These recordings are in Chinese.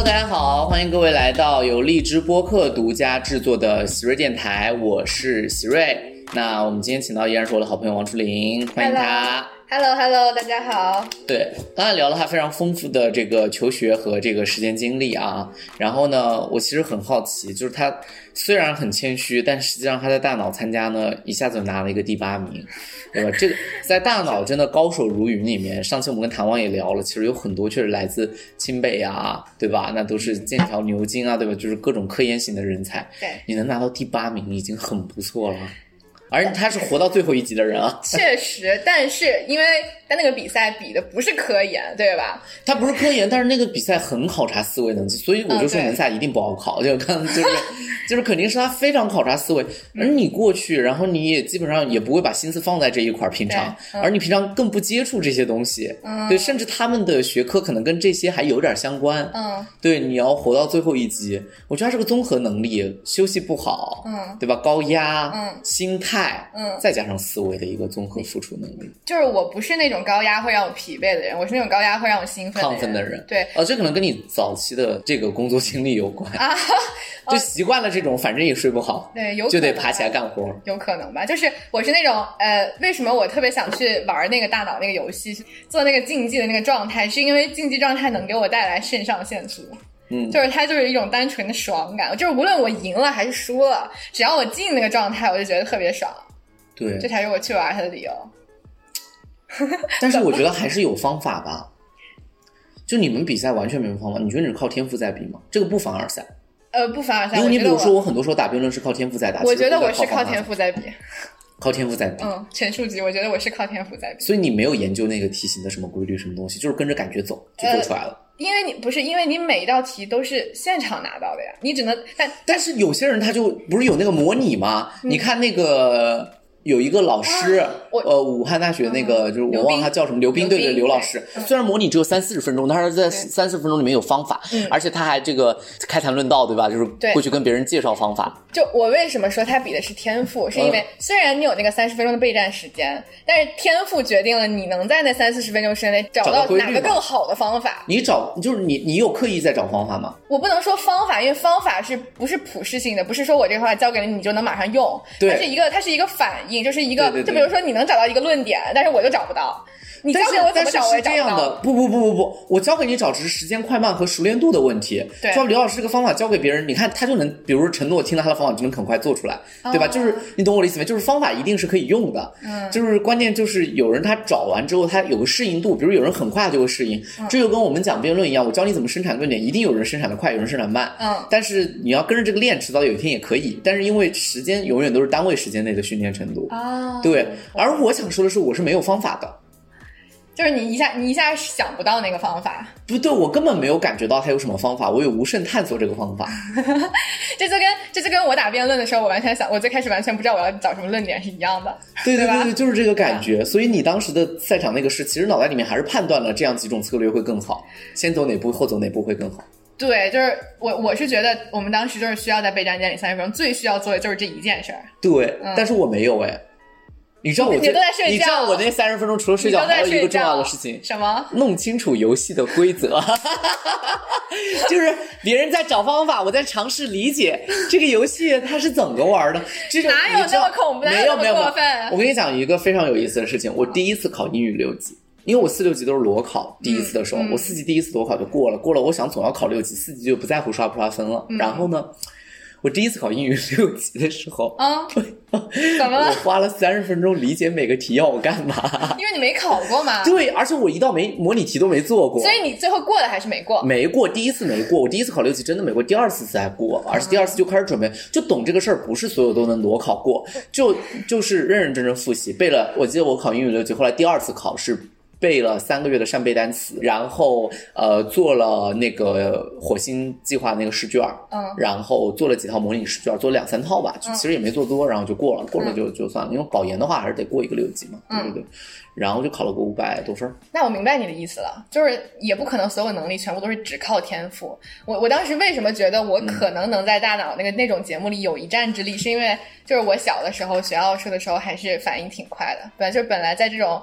Hello， 大家好，欢迎各位来到由荔枝播客独家制作的喜瑞电台，我是喜瑞。那我们今天请到依然是我的好朋友王初林，欢迎他。 Hello， 大家好。 对，刚才聊了他非常丰富的这个求学和这个实践经历啊。然后呢，我其实很好奇，就是他虽然很谦虚，但实际上他在大脑参加呢，一下子就拿了一个第8名，对吧？这个在大脑真的高手如云里面，上期我们跟谭王也聊了，其实有很多确实来自清北啊，对吧？那都是剑桥牛津啊，对吧？就是各种科研型的人才。 对， 你能拿到第8名已经很不错了。而他是活到最后一集的人啊， 确实，但是因为他那个比赛比的不是科研，对吧？ 他不是科研，但是那个比赛很考察思维能力，所以我就说门赛一定不好考，就看就是肯定是他非常考察思维。而你过去，然后你也基本上也不会把心思放在这一块，平常，而你平常更不接触这些东西，对，甚至他们的学科可能跟这些还有点相关，对，你要活到最后一集，我觉得他是个综合能力，休息不好，对吧？高压，心态。再加上思维的一个综合付出能力， 就是我不是那种高压会让我疲惫的人，我是那种高压会让我兴奋的人。 对， 这可能跟你早期的这个工作经历有关啊，就习惯了这种，反正也睡不好， 对，有可能就得爬起来干活， 有可能吧。就是我是那种为什么我特别想去玩那个大脑那个游戏，做那个竞技的那个状态，是因为竞技状态能给我带来肾上腺素。就是它就是一种单纯的爽感，就是无论我赢了还是输了，只要我进那个状态，我就觉得特别爽。 对， 这才是我去玩它的理由。 但是我觉得还是有方法吧。就你们比赛完全没有方法，你觉得你是靠天赋在比吗？这个不凡尔赛。 不凡尔赛。 因为你比如说，我很多时候打辩论是靠天赋在打。 我觉得我是靠天赋在比。 靠天赋在比。 陈述级，我觉得我是靠天赋在比。 所以你没有研究那个题型的什么规律什么东西，就是跟着感觉走就做出来了。 因为你每一道题都是现场拿到的呀，你只能但是有些人他就不是有那个模拟吗？你看那个有一个老师，武汉大学那个就是我忘了他叫什么，刘斌，对，刘老师。虽然模拟只有30-40分钟，但是在30分钟里面有方法，而且他还这个开坛论道，对吧？就是过去跟别人介绍方法。 就我为什么说他比的是天赋，是因为虽然你有那个30分钟的备战时间，但是天赋决定了你能在那30-40分钟时间内找到哪个更好的方法。 你有刻意在找方法吗？ 我不能说方法，因为方法不是普适性的，不是说我这个方法教给了你就能马上用，它是一个反应，就是一个对， 就比如说你能找到一个论点，但是我就找不到。你教给我怎么找我也找不到。但是是这样的， 不，我教给你找只是时间快慢和熟练度的问题。对，就刘老师这个方法教给别人，你看他就能，比如说承诺听到他的方法就能很快做出来，对吧？就是你懂我的意思没？就是方法一定是可以用的，就是关键就是有人他找完之后他有个适应度，比如有人很快就会适应，这就跟我们讲辩论一样，我教你怎么生产论点，一定有人生产的快，有人生产慢，但是你要跟着这个练，迟早有一天也可以，但是因为时间永远都是单位时间内的训练程度，对。而我想说的是，我是没有方法的。 就是你一下想不到那个方法， 不对，我根本没有感觉到它有什么方法，我有无甚探索这个方法。 这就跟我打辩论的时候，我最开始完全不知道我要找什么论点是一样的。 对，就是这个感觉。所以你当时的赛场那个其实脑袋里面还是判断了这样几种策略会更好，先走哪步后走哪步会更好。 对，就是我是觉得我们当时就是需要在备战间里30分钟最需要做的就是这一件事儿。 对，但是我没有你知道我你都在睡觉， 你知道我那30分钟除了睡觉还有一个重要的事情， 什么？ 弄清楚游戏的规则。就是别人在找方法，我在尝试理解这个游戏它是怎么玩的。 哪有那么恐怖？哪有那么过分？ 我跟你讲一个非常有意思的事情，我第一次考英语6级。因为我4、6级都是裸考，第一次的时候，我4级第一次裸考就过了，我想总要考6级，4级就不在乎刷不刷分了。然后呢，我第一次考英语6级的时候， 怎么了？ 我花了30分钟理解每个题要我干嘛？ 因为你没考过嘛。 对，而且我一道模拟题都没做过。 所以你最后过了还是没过？ 没过，第一次没过。我第一次考6级真的没过，第二次才过，而且第二次就开始准备，就懂这个事儿，不是所有都能裸考过，就是认认真真复习，背了。我记得我考英语6级，后来第二次考试。背了3个月的扇贝单词，然后做了那个火星计划那个试卷，然后做了几套模拟试卷，做了2-3套吧，其实也没做多，然后就过了就算了，因为保研的话还是得过一个6级嘛，对，然后就考了个500多分。 那我明白你的意思了，就是也不可能所有能力全部都是只靠天赋。我当时为什么觉得我可能能在大脑那种节目里有一战之力，是因为就是我小的时候学奥数的时候还是反应挺快的，就是本来在这种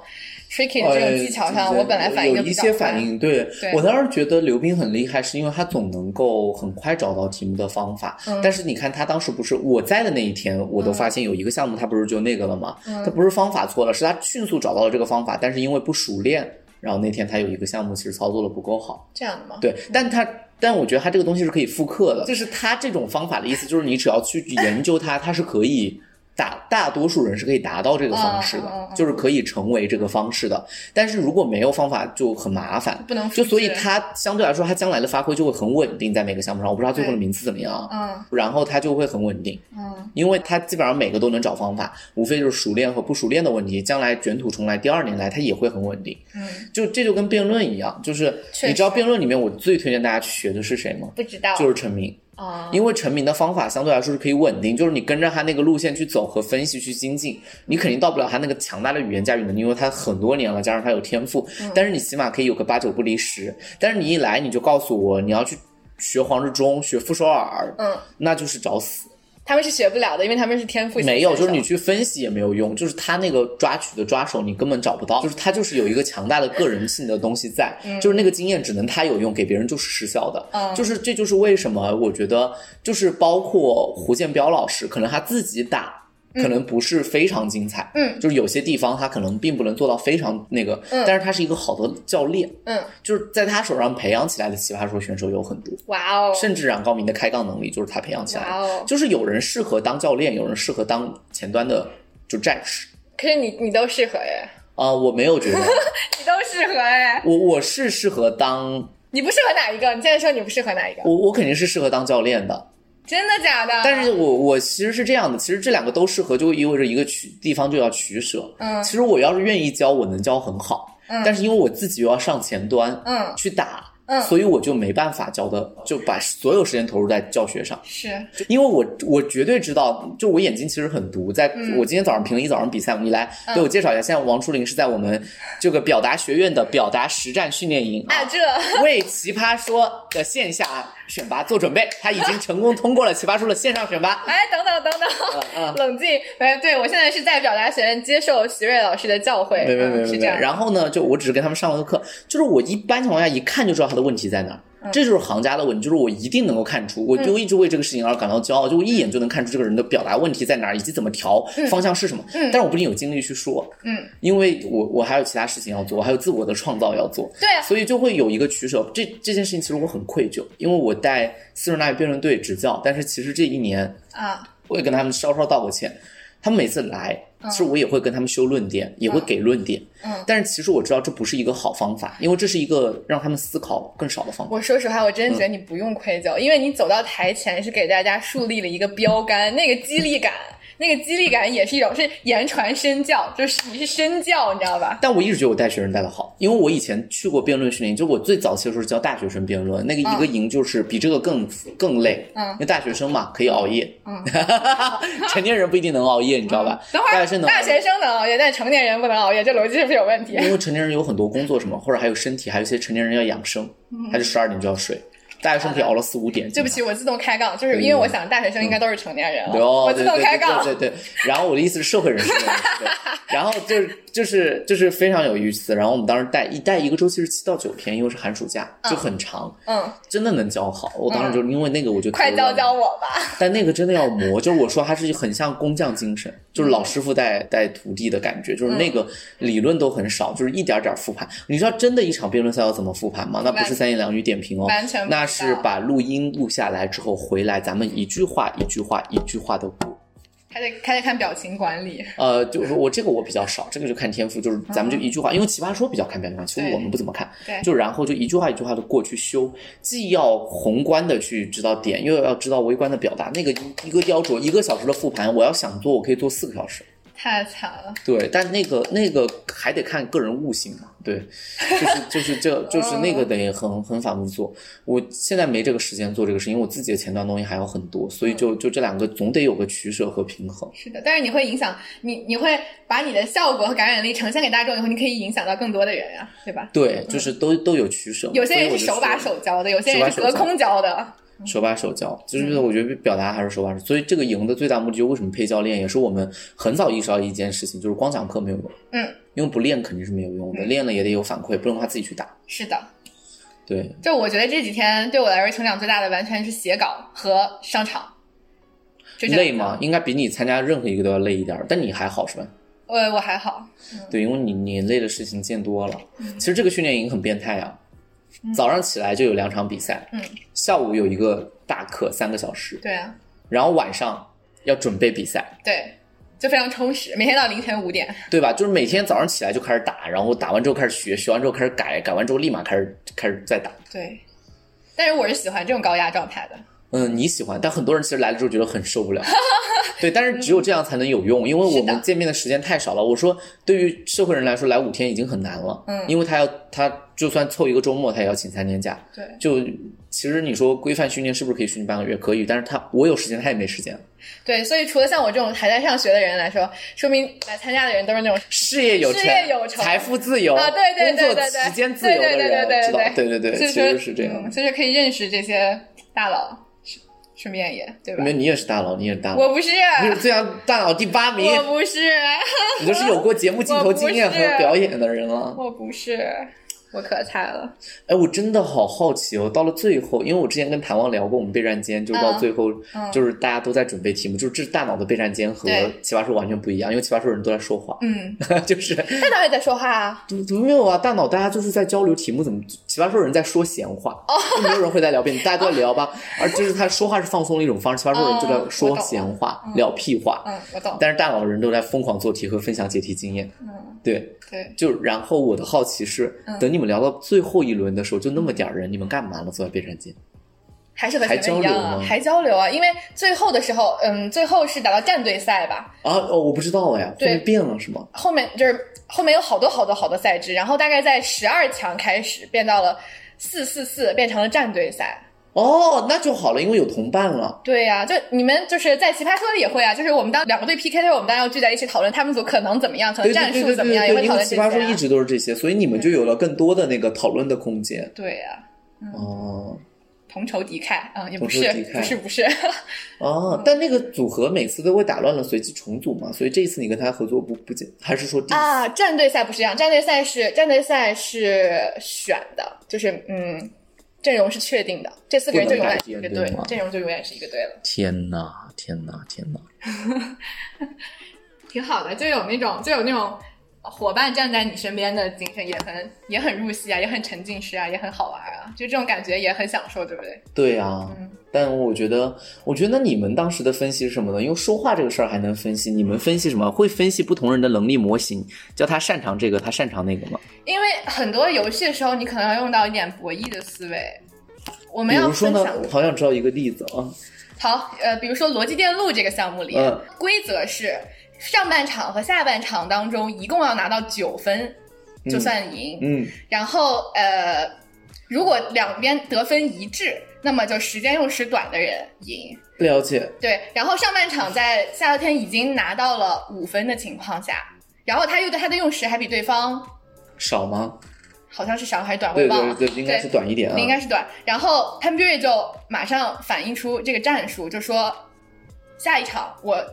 tricky 的这种技巧上，我本来反应就比较快。 有一些反应，对，我当时觉得刘冰很厉害，是因为他总能够很快找到题目的方法。但是你看他当时不是我在的那一天，我都发现有一个项目他不是就那个了吗？他不是方法错了，是他迅速找到了这个方法，但是因为不熟练，然后那天他有一个项目其实操作的不够好。 这样的吗？ 对，但我觉得他这个东西是可以复刻的，就是他这种方法的意思就是你只要去研究它，它是可以大多数人是可以达到这个方式的，就是可以成为这个方式的。但是如果没有方法就很麻烦， 不能就所以他相对来说他将来的发挥就会很稳定在每个项目上。我不知道最后的名次怎么样，然后他就会很稳定，因为他基本上每个都能找方法，无非就是熟练和不熟练的问题。将来卷土重来，第二年来他也会很稳定。就这就跟辩论一样，就是你知道辩论里面我最推荐大家去学的是谁吗？ 不知道， 就是陈明。因为陈明的方法相对来说是可以稳定，就是你跟着他那个路线去走和分析去精进，你肯定到不了他那个强大的语言驾驭能力，因为他很多年了，加上他有天赋，但是你起码可以有个8、9不离10。但是你一来你就告诉我你要去学黄志忠学傅首尔，那就是找死。 他们是学不了的，因为他们是天赋型。 没有，就是你去分析也没有用，就是他那个抓取的抓手你根本找不到，就是他就是有一个强大的个人性的东西在，就是那个经验只能他有用，给别人就是失效的。就是这就是为什么我觉得就是包括胡建彪老师，可能他自己打可能不是非常精彩，就是有些地方他可能并不能做到非常那个，但是他是一个好的教练，就是在他手上培养起来的奇葩说选手有很多， 哇哦， 甚至冉高明的开杠能力就是他培养起来的，就是有人适合当教练，有人适合当前端的就战士， 可是你都适合耶。 我没有觉得你都适合耶。 我是适合当， 你不适合哪一个？你现在说你不适合哪一个？ 我肯定是适合当教练的。 真的假的？ 但是我其实是这样的，其实这两个都适合，就意味着一个地方就要取舍。其实我要是愿意教，我能教很好。但是因为我自己又要上前端，去打。所以我就没办法教的，就把所有时间投入在教学上。 是， 因为我绝对知道，就我眼睛其实很毒。在我今天早上评了一早上比赛，你来给我介绍一下。现在王初林是在我们这个表达学院的表达实战训练营这为奇葩说的线下选拔做准备，他已经成功通过了奇葩说的线上选拔。 等，冷静。对，我现在是在表达学院接受徐瑞老师的教诲。 没， 是这样。 然后呢，就我只是跟他们上了个课，就是我一般情况下一看就知道他的问题在哪儿。这就是行家的问题，就是我一定能够看出，我就一直为这个事情而感到骄傲，就我一眼就能看出这个人的表达问题在哪儿，以及怎么调，方向是什么。但是我不一定有精力去说，因为我还有其他事情要做，我还有自我的创造要做， 对啊， 所以就会有一个取舍。这件事情其实我很愧疚，因为我带4人大语辩论队执教，但是其实这一年我也跟他们稍稍道过歉。他们每次来，其实我也会跟他们修论点，也会给论点，但是其实我知道这不是一个好方法，因为这是一个让他们思考更少的方法。 我说实话，我真的觉得你不用愧疚，因为你走到台前是给大家树立了一个标杆，那个激励感。那个激励感也是一种，是言传身教，就是你是身教，你知道吧？但我一直觉得我带学生带得好，因为我以前去过辩论训练营，就我最早期的时候是教大学生辩论，那个一个营就是比这个更累，因为大学生嘛可以熬夜，成年人不一定能熬夜，你知道吧？ 等会儿大学生能熬夜，但成年人不能熬夜，这逻辑是不是有问题？ 因为成年人有很多工作什么，或者还有身体，还有一些成年人要养生，他就12点就要睡。大学生可以熬了4、5点。 对不起，我自动开杠，就是因为我想大学生应该都是成年人了， 我自动开杠。 对。然后我的意思是社会人士，然后就是非常有意思。然后我们当时带一个周期是7到9天，因为是寒暑假，就很长。真的能教好。我当时就因为那个我就快教我吧。 但那个真的要磨，就是我说它是很像工匠精神，就是老师傅带徒弟的感觉，就是那个理论都很少，就是一点点复盘。你知道真的一场辩论赛要怎么复盘吗？那不是3言2语点评哦， 完全不， 那是把录音录下来之后回来，咱们一句话一句话一句话的过。 还得看表情管理。 就是我比较少，这个就看天赋，就是咱们就一句话，因为奇葩说比较看表情，其实我们不怎么看，就然后就一句话一句话的过去修，既要宏观的去知道点，又要知道微观的表达。那个一个雕琢1个小时的复盘，我要想做，我可以做4个小时。 太惨了。 对，但那个还得看个人悟性嘛。对，就是那个得很反复做。我现在没这个时间做这个事，因为我自己的前端东西还有很多，所以就这两个总得有个取舍和平衡。 是的，但是你会影响你会把你的效果和感染力呈现给大众以后，你可以影响到更多的人呀，对吧？ 对，就是都有取舍。 有些人是手把手教的，有些人是隔空教的。 手把手教，就是我觉得表达还是手把手，所以这个营的最大目的就是为什么配教练，也是我们很早意识到一件事情，就是光讲课没有用。因因为不练肯定是没有用的，练了也得有反馈，不能他自己去打。 是的， 对， 就我觉得这几天对我来说成长最大的完全是写稿和上场。 累吗？应该比你参加任何一个都要累一点，但你还好是吧？ 我还好。 对，因为你累的事情见多了。其实这个训练营很变态啊，早上起来就有2场比赛，下午有一个大课3个小时， 对啊， 然后晚上要准备比赛， 对，就非常充实，每天到凌晨5点， 对吧？就是每天早上起来就开始打，然后打完之后开始学，学完之后开始改，改完之后立马开始再打。 对，但是我是喜欢这种高压状态的。 你喜欢，但很多人其实来了之后觉得很受不了。对，但是只有这样才能有用，因为我们见面的时间太少了。我说对于社会人来说来5天已经很难了，因为他就算凑一个周末他也要请3天假。 对， 就其实你说规范训练是不是可以训练半个月？可以，但是我有时间他也没时间。 对，所以除了像我这种还在上学的人来说，说明来参加的人都是那种事业有成、财富自由啊，对， 工作时间自由的人，知道？对，其实是这样， 就是可以认识这些大佬。顺便也对吧？ 你也是大佬，你也是大佬。 我不是， 你是最强大佬第8名。 我不是， 你都是有过节目镜头经验和表演的人了。 我不是，我可菜了。 哎，我真的好好奇哦，到了最后，因为我之前跟谭王聊过我们备战间，就是到最后，就是大家都在准备题目，就是这大脑的备战间和奇葩说完全不一样，因为奇葩说人都在说话，就是大脑也在说话啊， 怎么没有啊？大脑大家就是在交流题目，怎么奇葩说人在说闲话，就没有人会在聊别的，大家都在聊吧，而就是他说话是放松的一种方式，奇葩说人就在说闲话，聊屁话， 我懂。 但是大脑人都在疯狂做题和分享解题经验，对，就然后我的好奇是，等你们聊到最后一轮的时候，就那么点人，你们干嘛呢？坐在备战间， 还是和前面一样啊，还交流啊，因为最后的时候，最后是打到战队赛吧？ 我不知道哎，后面变了是吗？ 后面有好多赛制，然后大概在12强开始变到了444，变成了战队赛。 那就好了，因为有同伴了。 对呀，就你们就是在奇葩说里也会啊，就是我们当2个队 PK 的时候，我们当然要聚在一起讨论他们组可能怎么样，可能战术怎么样，也会讨论这些。 因为奇葩说一直都是这些，所以你们就有了更多的那个讨论的空间。 对呀，同仇敌忾也不是。 但那个组合每次都会打乱了随机重组嘛，所以这一次你跟他合作不还是说战队赛不是这样，战队赛是选的，就是阵容是确定的，这4个人就永远是一个队，阵容就永远是一个队了。 天哪挺好的，就有那种伙伴站在你身边的精神，也很入戏啊，也很沉浸式啊，也很好玩啊，就这种感觉也很享受，对不对？ 对啊，但我觉得你们当时的分析是什么呢？因为说话这个事儿还能分析，你们分析什么？会分析不同人的能力模型，叫他擅长这个，他擅长那个吗？ 因为很多游戏的时候，你可能要用到一点博弈的思维。我们要分享， 比如说呢，我好想知道一个例子啊。 好，比如说逻辑电路这个项目里，规则是上半场和下半场当中一共要拿到9分就算赢。然后如果两边得分一致，那么就时间用时短的人赢。 了解。 对，然后上半场在夏洛天已经拿到了5分的情况下，然后他的用时还比对方少吗？ 好像是少还是短，我忘了。 对，应该是短一点啊。 应该是短。然后 Pambury 就马上反映出这个战术，就说下一场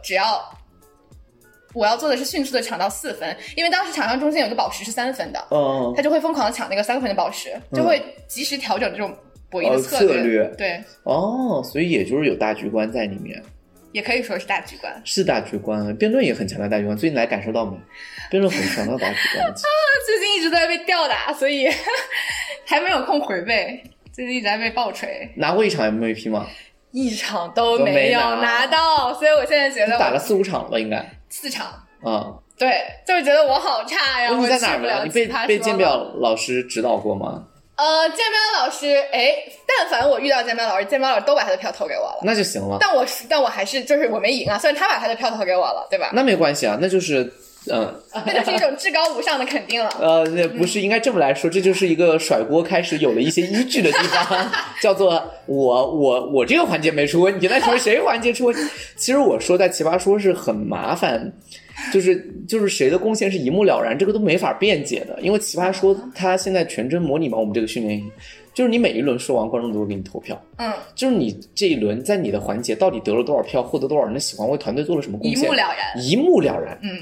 我要做的是迅速的抢到4分，因为当时场上中间有个宝石是3分的，他就会疯狂的抢那个3分的宝石，就会及时调整这种博弈的策略。对， 所以也就是有大局观在里面。 也可以说是大局观， 是大局观，辩论也很强的大局观。最近来感受到吗？辩论很强的大局观。 最近一直在被吊打，所以还没有空回背。最近一直在被爆锤。 拿过一场 MVP 吗？ 一场都没有拿到，所以我现在觉得打了4-5场了，应该 4场。 对， 就是觉得我好差呀。 你在哪儿呢？你被鉴表老师指导过吗？ 鉴标老师，但凡我遇到鉴标老师都把他的票投给我了， 那就行了。 但我还是就是我没赢啊，虽然他把他的票投给我了，对吧？ 那没关系啊，那就是那就是一种至高无上的肯定了。 那不是应该这么来说，这就是一个甩锅开始有了一些依据的地方，叫做我这个环节没出问题，那说谁环节出问题？其实我说在奇葩说是很麻烦。就是谁的贡献是一目了然，这个都没法辩解的，因为奇葩说他现在全真模拟嘛，我们这个训练营就是你每一轮说完，观众都会给你投票，就是你这一轮在你的环节到底得了多少票，获得多少人的喜欢，为团队做了什么贡献， 一目了然。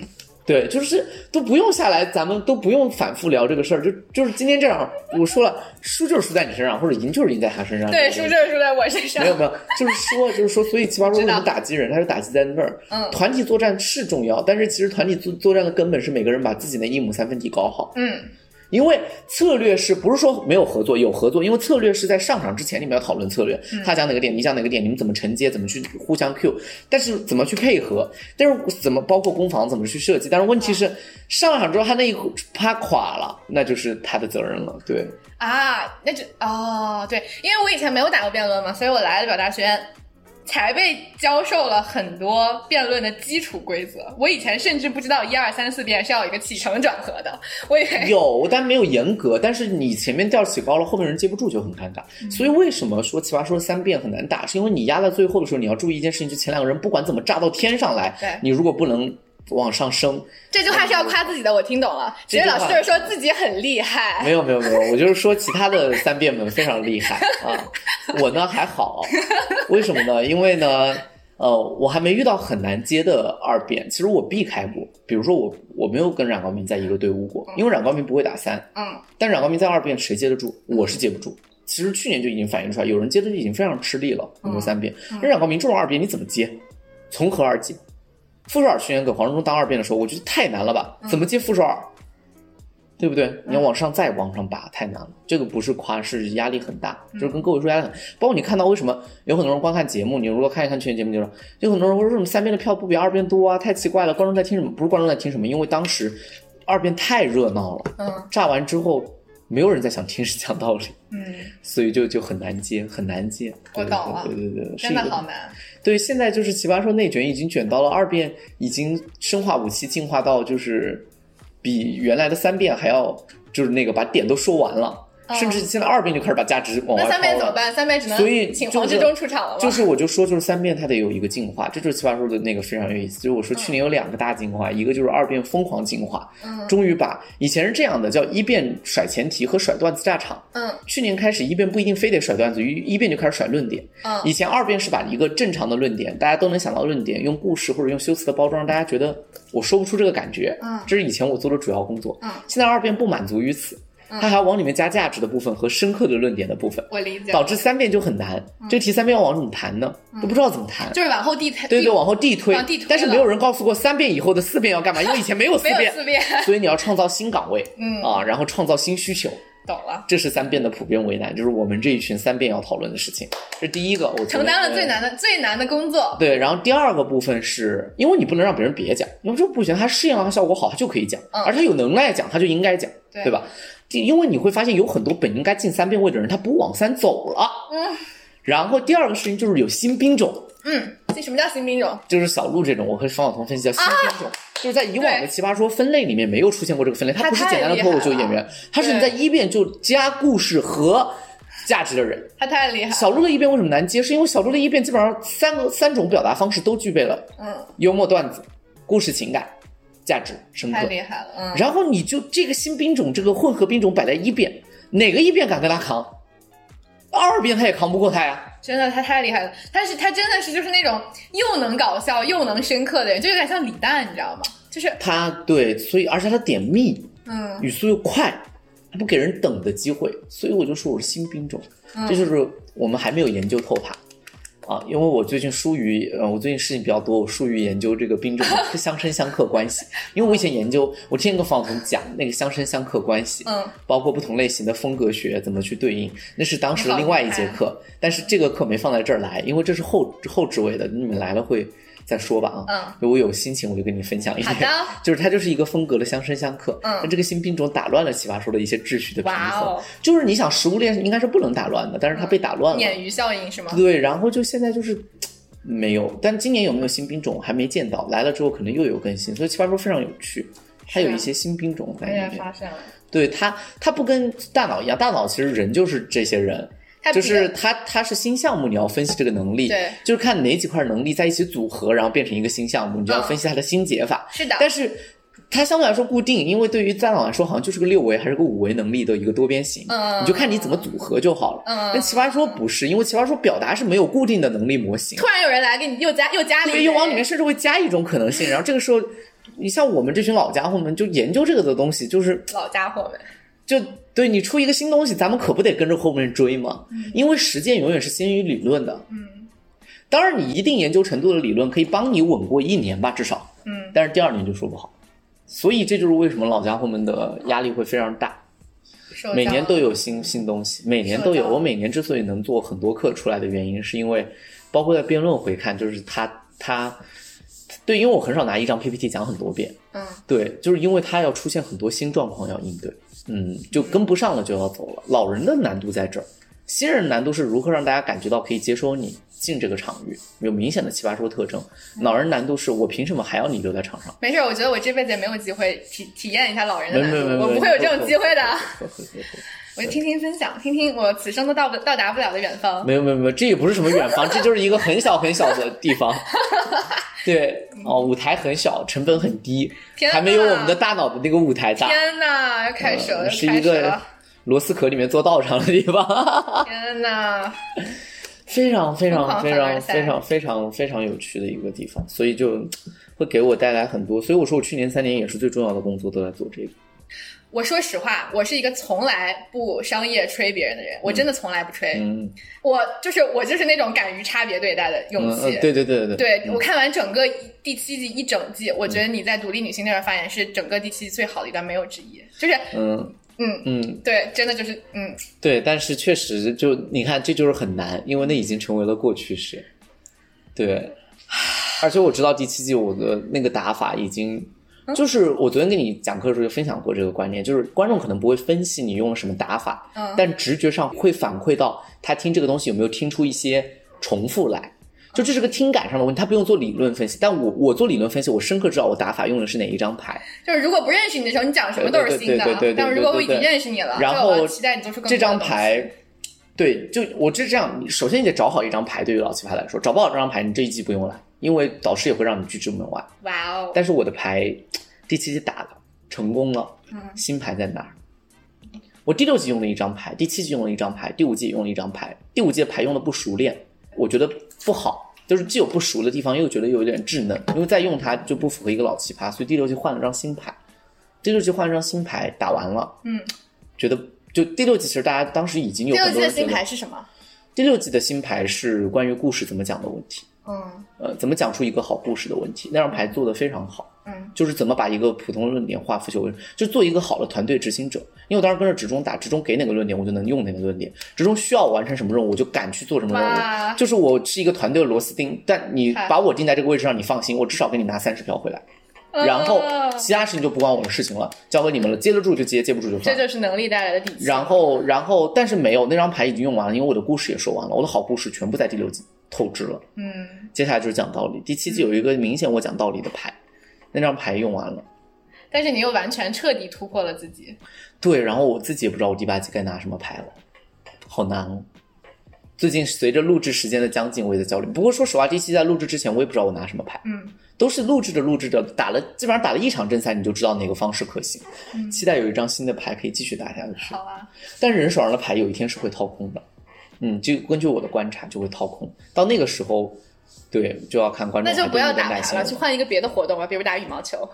对，就是都不用下来，咱们都不用反复聊这个事儿，就是今天这样，我说了，输就是输在你身上，或者赢就是赢在他身上。 对，输就是输在我身上。 没有，就是说，所以奇葩说为什么打击人，他是打击在那儿。团体作战是重要，但是其实团体作战的根本是每个人把自己的一亩三分地搞好。因为策略是不是说没有合作，有合作，因为策略是在上场之前你们要讨论策略，他讲哪个点，你讲哪个点，你们怎么承接，怎么去互相 Q， 但是怎么去配合，但是怎么包括攻防怎么去设计，但是问题是上场之后他那一趴垮了，那就是他的责任了。对啊，那就对，因为我以前没有打过辩论嘛，所以我来了表达学院才被教授了很多辩论的基础规则。我以前甚至不知道1、2、3、4辩是要有一个起承转合的，我以为有，但没有严格。但是你前面调起高了，后面人接不住就很尴尬。所以为什么说奇葩说3辩很难打，是因为你压到最后的时候，你要注意一件事情，就前2个人不管怎么炸到天上来，你如果不能往上升， 这句话是要夸自己的，我听懂了。其实老师就是说自己很厉害。 没有，我就是说其他的3辩们非常厉害啊。我呢还好，为什么呢？因为呢，我还没遇到很难接的2辩。其实我避开过，比如说我没有跟冉高明在一个队伍过，因为冉高明不会打3，但冉高明在2辩谁接得住？我是接不住。其实去年就已经反映出来，有人接的已经非常吃力了，很多3辩。那冉高明这种2辩你怎么接？从何而接？傅首尔去年给黄忠当2辩的时候，我觉得太难了吧？怎么接傅首尔？对不对？你要往上再往上拔，太难了。这个不是夸，是压力很大，就是跟各位说压力很大。包括你看到为什么有很多人观看节目，你如果看一看去年节目，就说有很多人说为什么3辩的票不比2辩多啊？太奇怪了，观众在听什么？不是观众在听什么，因为当时2辩太热闹了，炸完之后没有人再想听是讲道理，所以就很难接，很难接。 我懂了， 对， 真的好难。 对，现在就是奇葩说内卷已经卷到了2辩，已经生化武器进化到就是比原来的3辩还要，就是那个把点都说完了。甚至现在2辩就开始把价值往外抛了。 那3辩怎么办？3辩只能请黄志忠出场了吗？ 就是我就说，就是3辩它得有一个进化，这就是奇葩说的那个非常有意思。就是我说去年有2个大进化，一个就是2辩疯狂进化，终于把以前是这样的，叫1辩甩前提和甩段子炸场。去年开始1辩不一定非得甩段子，1辩就开始甩论点。以前2辩是把一个正常的论点，大家都能想到论点，用故事或者用修辞的包装，让大家觉得我说不出这个感觉。这是以前我做的主要工作。现在2辩不满足于此。他还要往里面加价值的部分和深刻的论点的部分， 我理解， 导致3辩就很难。这个题3辩要往怎么谈呢？都不知道怎么谈， 就是往后递推。 对，往后递推。但是没有人告诉过3辩以后的4辩要干嘛，因为以前没有4辩，所以你要创造新岗位，然后创造新需求。 懂了， 这是3辩的普遍为难，就是我们这一群3辩要讨论的事情。这是第一个，我承担了最难的工作。 对，然后第2个部分是因为你不能让别人别讲，因为这不行，他适应了，他效果好，他就可以讲，而他有能耐讲，他就应该讲，对吧？因为你会发现有很多本应该进3辩位的人，他不往3走了。然后第2个事情就是有新兵种。 这什么叫新兵种？ 就是小鹿这种，我和方晓彤分析叫新兵种。就是在以往的奇葩说分类里面没有出现过这个分类，他不是简单的脱口秀演员，他是在1辩就加故事和价值的人。 他太厉害了。 小鹿的1辩为什么难接？是因为小鹿的1辩基本上三种表达方式都具备了。幽默段子、故事情感、价值深刻， 太厉害了。 然后你就这个新兵种，这个混合兵种摆在1辩，哪个1辩敢跟他扛？2辩他也扛不过他呀。 真的，他太厉害了。但是他真的是就是那种又能搞笑又能深刻的人，就有点像李诞，你知道吗？就是他对，所以而且他点密，语速又快，他不给人等的机会，所以我就说我是新兵种。这就是我们还没有研究透他。因为我最近我最近事情比较多，我疏于研究这个兵种的相生相克关系。因为我以前研究，我听一个方总讲那个相生相克关系，包括不同类型的风格学怎么去对应，那是当时另外一节课，但是这个课没放在这儿来，因为这是后置位的，你们来了会再说吧我有心情我就跟你分享一点，就是它就是一个风格的相生相克。那这个新兵种打乱了奇葩说的一些秩序的平衡，就是你想食物链应该是不能打乱的，但是它被打乱了， 鲶鱼效应是吗？ 对，然后就现在就是没有，但今年有没有新兵种还没见到，来了之后可能又有更新，所以奇葩说非常有趣，它有一些新兵种在里面发现了。 对，它不跟大脑一样，大脑其实人就是这些人，就是它是新项目，你要分析这个能力， 对， 就是看哪几块能力在一起组合，然后变成一个新项目，你就要分析它的新解法。 是的， 但是它相对来说固定，因为对于大脑来说好像就是个6维还是个5维能力的一个多边形，你就看你怎么组合就好了。但奇葩说不是，因为奇葩说表达是没有固定的能力模型， 突然有人来给你又加了一个， 对，又往里面甚至会加一种可能性，然后这个时候你像我们这群老家伙们就研究这个的东西，就是老家伙们就对你出一个新东西，咱们可不得跟着后面追吗？因为实践永远是先于理论的。当然你一定研究程度的理论可以帮你稳过1年吧，至少。但是第2年就说不好。所以这就是为什么老家伙们的压力会非常大。每年都有新东西，每年都有。我每年之所以能做很多课出来的原因，是因为包括在辩论回看，就是他对，因为我很少拿一张 PPT 讲很多遍，对，就是因为它要出现很多新状况要应对，就跟不上了就要走了。老人的难度在这儿，新人的难度是如何让大家感觉到可以接收你进这个场域，有明显的奇葩说特征。老人难度是我凭什么还要你留在场上？ 没事，我觉得我这辈子也没有机会体验一下老人的难度，我不会有这种机会的。我就听听分享，听听我此生都到达不了的远方。没有，这也不是什么远方，这就是一个很小很小的地方。对，舞台很小，成本很低，还没有我们的大脑的那个舞台大。 天哪，要开始了， 是一个螺丝壳里面做道场的地方。 天哪， 非常有趣的一个地方，所以就会给我带来很多。所以我说我去年3年也是最重要的工作都在做这个。 我说实话，我是一个从来不商业吹别人的人，我真的从来不吹。我就是那种敢于差别对待的勇气。对，我看完整个第7季一整季，我觉得你在独立女性那段发言是整个第7季最好的一段，没有之一。就是对，真的就是对，但是确实就你看，这就是很难，因为那已经成为了过去式。对，而且我知道第7季我的那个打法已经。就是我昨天跟你讲课的时候就分享过这个观念，就是观众可能不会分析你用了什么打法，但直觉上会反馈到他听这个东西有没有听出一些重复来，就这是个听感上的问题，他不用做理论分析，但我做理论分析，我深刻知道我打法用的是哪一张牌。 就是如果不认识你的时候，你讲什么都是新的，但是如果我已经认识你了， 然后期待你做出更多的这张牌。对，就我是这样，首先你得找好一张牌，对于老奇葩来说，找不好这张牌你这一季不用来，因为导师也会让你拒之门外。 哇哦！ 但是我的牌第7季打了成功了，新牌在哪儿？我第6季用了一张牌，第7季用了一张牌，第5季也用了一张牌。第5季的牌用的不熟练，我觉得不好，就是既有不熟的地方，又觉得有点稚嫩，因为再用它就不符合一个老奇葩，所以第6季换了张新牌。第6季换了张新牌，打完了，觉得就第6季其实大家当时已经有很多人。 第6季的新牌是什么？ 第6季的新牌是关于故事怎么讲的问题。怎么讲出一个好故事的问题，那张牌做得非常好。就是怎么把一个普通论点化腐朽为，就做一个好的团队执行者。因为我当时跟着职中打，职中给哪个论点我就能用哪个论点，职中需要完成什么任务我就敢去做什么任务，就是我是一个团队的螺丝钉，但你把我定在这个位置上，你放心，我至少给你拿30票回来。然后其他事情就不关我的事情了，交给你们了，接得住就接，接不住就算。 这就是能力带来的底气。 然后但是没有，那张牌已经用完了，因为我的故事也说完了，我的好故事全部在第6季透支了。接下来就是讲道理。第7季有一个明显我讲道理的牌，那张牌用完了， 但是你又完全彻底突破了自己。 对，然后我自己也不知道我第8季该拿什么牌了，好难哦。最近随着录制时间的将近，我也在焦虑。不过说实话，第7季在录制之前我也不知道我拿什么牌，都是录制着基本上打了一场正赛你就知道哪个方式可行。期待有一张新的牌可以继续打下去。 好啊， 但是人手上的牌有一天是会掏空的。就根据我的观察就会掏空，到那个时候对就要看观众。 那就不要打牌了，去换一个别的活动吧，比如打羽毛球。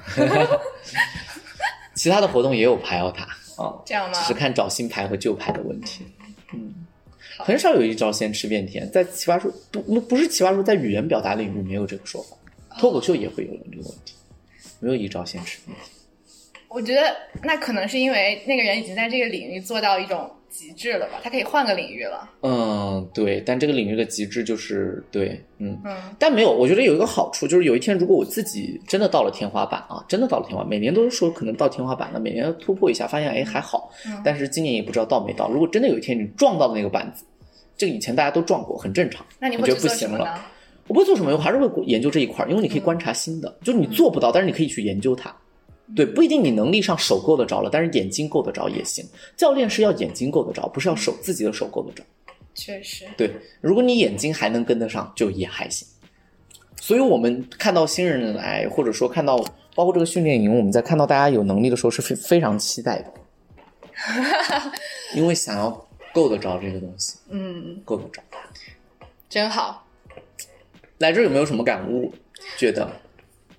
其他的活动也有牌要打这样吗？ 只是看找新牌和旧牌的问题。很少有一招先吃遍天，在奇葩说不是奇葩说，在语言表达领域没有这个说法，脱口秀也会有这个问题，没有一招先吃遍天。 我觉得那可能是因为那个人已经在这个领域做到一种极致了吧，他可以换个领域了。 对，但这个领域的极致就是对，但没有，我觉得有一个好处就是有一天如果我自己真的到了天花板啊，真的到了天花板，每年都是说可能到天花板了，每年要突破一下，发现还好，但是今年也不知道到没到。如果真的有一天你撞到了那个板子，这个以前大家都撞过，很正常。 那你会去做什么呢？ 我不会做什么，我还是会研究这一块，因为你可以观察新的，就是你做不到，但是你可以去研究它。对，不一定你能力上手够得着了，但是眼睛够得着也行。教练是要眼睛够得着，不是要自己的手够得着。 确实。对， 如果你眼睛还能跟得上，就也还行。所以我们看到新人来，或者说看到包括这个训练营，我们在看到大家有能力的时候是非常期待的。因为想要够得着这个东西。够得着。 真好。 来这有没有什么感悟？觉得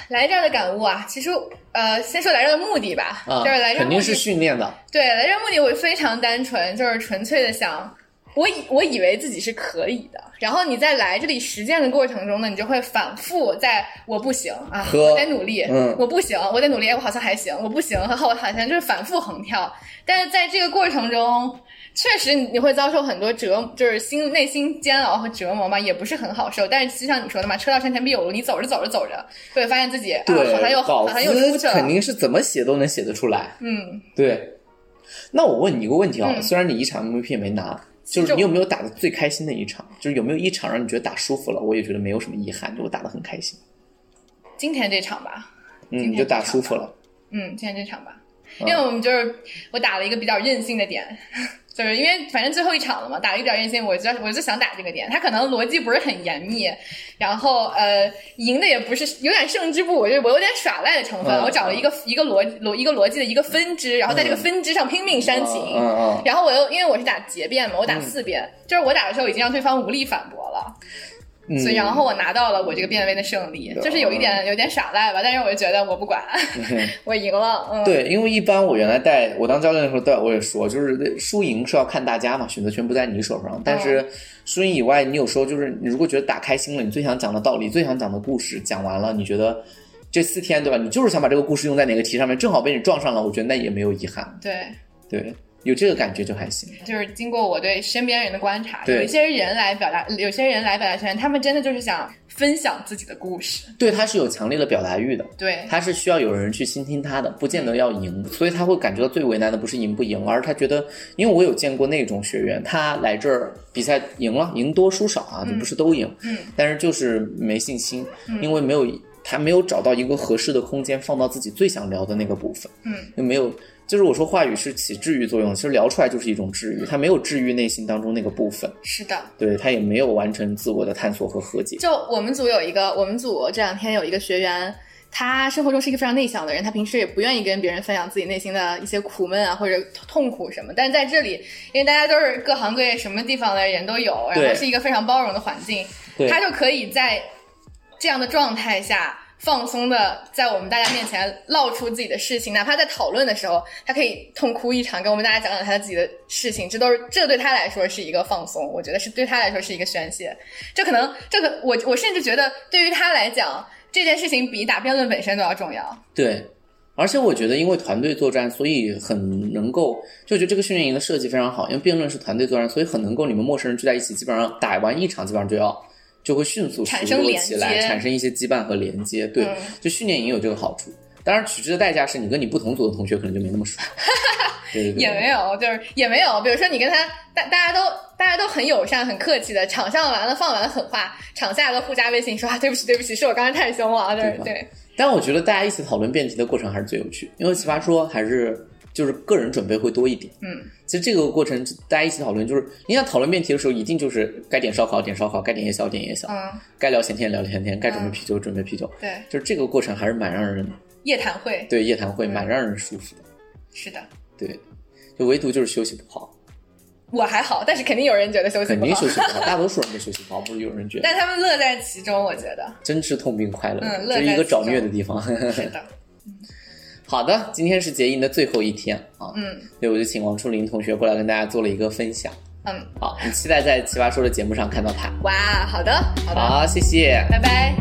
来这儿的感悟啊，其实先说来这儿的目的吧，就是来这儿肯定是训练的。 对，来这儿目的我非常单纯，就是纯粹的想，我以为自己是可以的。然后你在来这里实践的过程中呢，你就会反复在我不行啊，我得努力，我不行，我得努力，我好像还行，我不行，和我好像就是反复横跳。但是在这个过程中，确实你会遭受很多就是内心煎熬和折磨嘛，也不是很好受。但是就像你说的嘛，车到山前必有路，你走着走着走着，会发现自己好像又出去了。 肯定是怎么写都能写得出来。对。那我问你一个问题啊，虽然你一场 MVP 也没拿，就是你有没有打的最开心的一场？就是有没有一场让你觉得打舒服了？我也觉得没有什么遗憾，就我打得很开心。 今天这场吧， 你就打舒服了。 今天这场吧，因为我打了一个比较任性的点。就是因为反正最后一场了嘛，打了一点任性，我就想打这个点，他可能逻辑不是很严密，然后赢的也不是有点胜之不武，我有点耍赖的成分。我找了一个逻辑的一个分支，然后在这个分支上拼命煽情，然后因为我是打结辩嘛，我打4辩，就是我打的时候已经让对方无力反驳了。所以然后我拿到了我这个辩论的胜利，就是有点耍赖吧，但是我就觉得我不管，我赢了。 对，因为一般我原来我当教练的时候我也说，就是输赢是要看大家嘛，选择权不在你手上。但是输赢以外，你有时候就是你如果觉得打开心了，你最想讲的道理、最想讲的故事讲完了，你觉得这4天对吧？你就是想把这个故事用在哪个题上面，正好被你撞上了，我觉得那也没有遗憾。对。有这个感觉就还行。就是经过我对身边人的观察，有些人来表达权，他们真的就是想分享自己的故事。 对，他是有强烈的表达欲的。 对， 他是需要有人去倾听他的，不见得要赢。所以他会感觉到最为难的不是赢不赢，而他觉得，因为我有见过那种学员，他来这儿比赛赢了，赢多输少啊，就不是都赢。但是就是没信心，因为他没有找到一个合适的空间放到自己最想聊的那个部分。就没有。就是我说话语是起治愈作用，其实聊出来就是一种治愈，它没有治愈内心当中那个部分。 是的， 对，它也没有完成自我的探索和和解。 就我们组这2天有一个学员，他生活中是一个非常内向的人，他平时也不愿意跟别人分享自己内心的一些苦闷啊或者痛苦什么，但是在这里，因为大家都是各行各业什么地方的人都有，然后是一个非常包容的环境，他就可以在这样的状态下放松的在我们大家面前唠出自己的事情，哪怕在讨论的时候他可以痛哭一场，跟我们大家讲讲他自己的事情，这对他来说是一个放松，我觉得是对他来说是一个宣泄。我甚至觉得对于他来讲这件事情比打辩论本身都要重要。 对，而且我觉得因为团队作战，所以很能够就觉得这个训练营的设计非常好，因为辩论是团队作战，所以很能够你们陌生人聚在一起，基本上打完一场基本上就会迅速熟络起来，产生一些羁绊和连接。对，就训练营有这个好处。当然取之的代价是你跟你不同组的同学可能就没那么熟。对， 也没有，就是也没有。比如说你跟他大家都很友善很客气的，场上完了放完了狠话，场下都互加微信说对不起，是我刚才太凶了。对。但我觉得大家一起讨论辩题的过程还是最有趣，因为奇葩说还是就是个人准备会多一点。其实这个过程大家一起讨论，就是你想讨论辩题的时候，一定就是该点烧烤点烧烤，该点夜宵点夜宵，该聊闲天聊闲天，该准备啤酒准备啤酒。 对， 就是这个过程还是蛮让人夜谈会。 对，夜谈会蛮让人舒服的。 是的， 对，就唯独就是休息不好。 我还好，但是肯定有人觉得休息不好。 肯定休息不好，大多数人都休息不好，不是有人觉得。 但他们乐在其中，我觉得真是痛并快乐，这是一个找虐的地方。 是的。 好的，今天是结营的最后一天啊，所以我就请王初林同学过来跟大家做了一个分享。好，你期待在奇葩说的节目上看到他。 哇，好的， 好，谢谢， 拜拜。